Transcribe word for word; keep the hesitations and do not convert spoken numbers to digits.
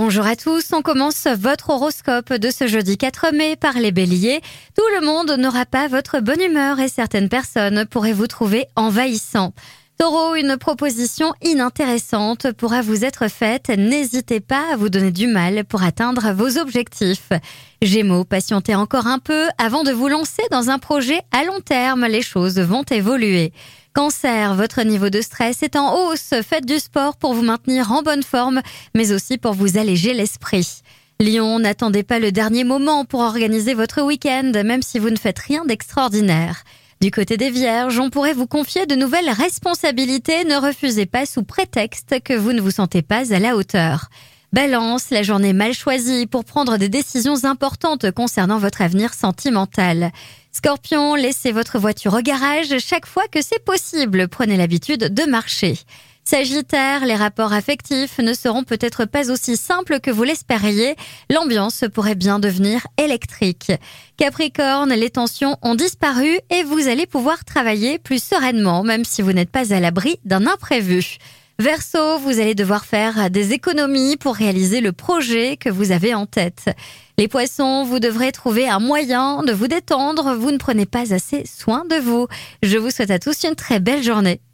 Bonjour à tous, on commence votre horoscope de ce jeudi quatre mai par les béliers. Tout le monde n'aura pas votre bonne humeur et certaines personnes pourraient vous trouver envahissant. Taureau, une proposition inintéressante pourra vous être faite, n'hésitez pas à vous donner du mal pour atteindre vos objectifs. Gémeaux, patientez encore un peu avant de vous lancer dans un projet à long terme, les choses vont évoluer. Cancer, votre niveau de stress est en hausse, faites du sport pour vous maintenir en bonne forme, mais aussi pour vous alléger l'esprit. Lion, n'attendez pas le dernier moment pour organiser votre week-end, même si vous ne faites rien d'extraordinaire. Du côté des Vierges, on pourrait vous confier de nouvelles responsabilités, ne refusez pas sous prétexte que vous ne vous sentez pas à la hauteur. Balance, la journée mal choisie pour prendre des décisions importantes concernant votre avenir sentimental. Scorpion, laissez votre voiture au garage chaque fois que c'est possible, prenez l'habitude de marcher. Sagittaire, les rapports affectifs ne seront peut-être pas aussi simples que vous l'espériez, l'ambiance pourrait bien devenir électrique. Capricorne, les tensions ont disparu et vous allez pouvoir travailler plus sereinement, même si vous n'êtes pas à l'abri d'un imprévu. Verseau, vous allez devoir faire des économies pour réaliser le projet que vous avez en tête. Les poissons, vous devrez trouver un moyen de vous détendre, vous ne prenez pas assez soin de vous. Je vous souhaite à tous une très belle journée.